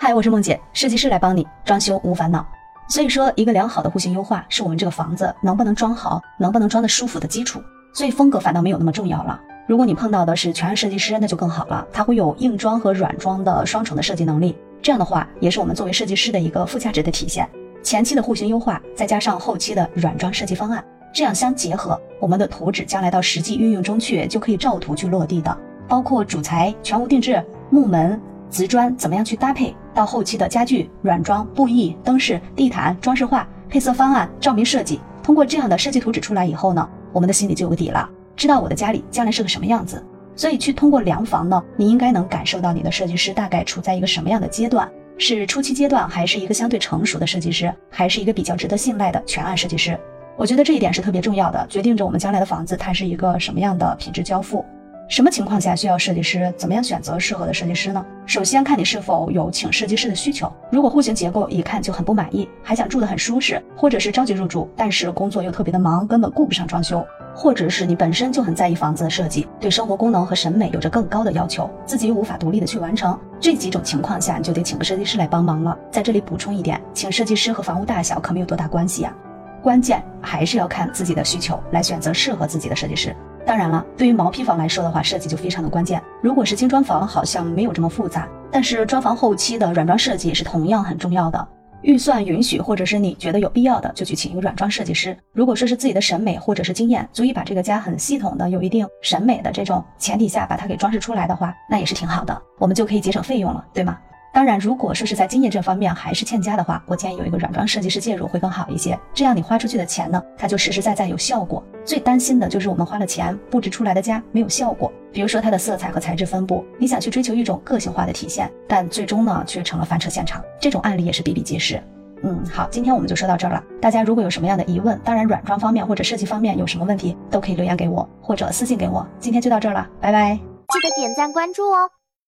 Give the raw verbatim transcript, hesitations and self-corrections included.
嗨，我是梦姐，设计师来帮你装修无烦恼。所以说，一个良好的户型优化是我们这个房子能不能装好，能不能装得舒服的基础。所以风格反倒没有那么重要了。如果你碰到的是全案设计师，那就更好了，它会有硬装和软装的双重的设计能力。这样的话，也是我们作为设计师的一个附加值的体现。前期的户型优化，再加上后期的软装设计方案，这样相结合，我们的图纸将来到实际运用中去，就可以照图去落地的。包括主材全屋定制、木门、瓷砖怎么样去搭配，到后期的家具、软装、布艺、灯饰、地毯、装饰画、配色方案、照明设计，通过这样的设计图纸出来以后呢，我们的心里就有个底了，知道我的家里将来是个什么样子。所以去通过量房呢，你应该能感受到你的设计师大概处在一个什么样的阶段，是初期阶段，还是一个相对成熟的设计师，还是一个比较值得信赖的全案设计师。我觉得这一点是特别重要的，决定着我们将来的房子它是一个什么样的品质交付。什么情况下需要设计师？怎么样选择适合的设计师呢？首先看你是否有请设计师的需求。如果户型结构一看就很不满意，还想住得很舒适，或者是着急入住，但是工作又特别的忙，根本顾不上装修，或者是你本身就很在意房子的设计，对生活功能和审美有着更高的要求，自己又无法独立的去完成，这几种情况下你就得请个设计师来帮忙了。在这里补充一点，请设计师和房屋大小可没有多大关系啊，关键还是要看自己的需求来选择适合自己的设计师。当然了，对于毛坯房来说的话，设计就非常的关键。如果是精装房，好像没有这么复杂，但是装房后期的软装设计也是同样很重要的。预算允许，或者是你觉得有必要的，就去请一个软装设计师。如果说是自己的审美或者是经验足以把这个家很系统的有一定审美的这种前提下把它给装饰出来的话，那也是挺好的，我们就可以节省费用了，对吗？当然，如果说是在经验这方面还是欠佳的话，我建议有一个软装设计师介入会更好一些，这样你花出去的钱呢，它就实实在在有效果。最担心的就是我们花了钱布置出来的家没有效果，比如说它的色彩和材质分布，你想去追求一种个性化的体现，但最终呢却成了翻车现场，这种案例也是比比皆是。嗯，好，今天我们就说到这儿了。大家如果有什么样的疑问，当然软装方面或者设计方面有什么问题，都可以留言给我或者私信给我。今天就到这儿了，拜拜。 记得点赞关注哦。